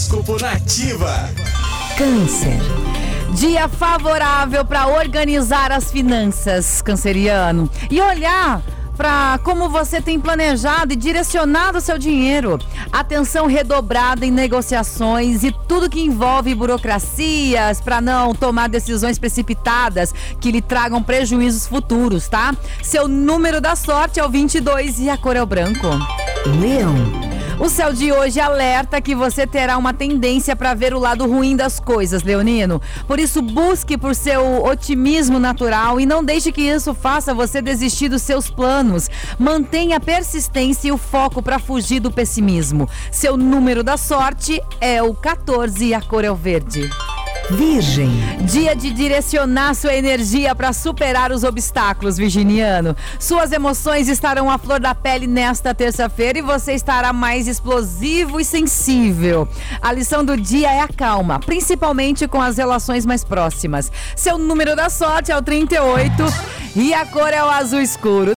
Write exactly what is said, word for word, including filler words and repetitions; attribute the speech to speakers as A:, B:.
A: Horóscopo Nativa.
B: Câncer. Dia favorável para organizar as finanças, canceriano, e olhar para como você tem planejado e direcionado o seu dinheiro. Atenção redobrada em negociações e tudo que envolve burocracias para não tomar decisões precipitadas que lhe tragam prejuízos futuros, tá? Seu número da sorte é o vinte e dois e a cor é o branco.
C: Leão.
B: O céu de hoje alerta que você terá uma tendência para ver o lado ruim das coisas, leonino. Por isso, busque por seu otimismo natural e não deixe que isso faça você desistir dos seus planos. Mantenha a persistência e o foco para fugir do pessimismo. Seu número da sorte é o quatorze e a cor é o verde.
C: Virgem.
B: Dia de direcionar sua energia para superar os obstáculos, virginiano. Suas emoções estarão à flor da pele nesta terça-feira e você estará mais explosivo e sensível. A lição do dia é a calma, principalmente com as relações mais próximas. Seu número da sorte é o trinta e oito e a cor é o azul escuro.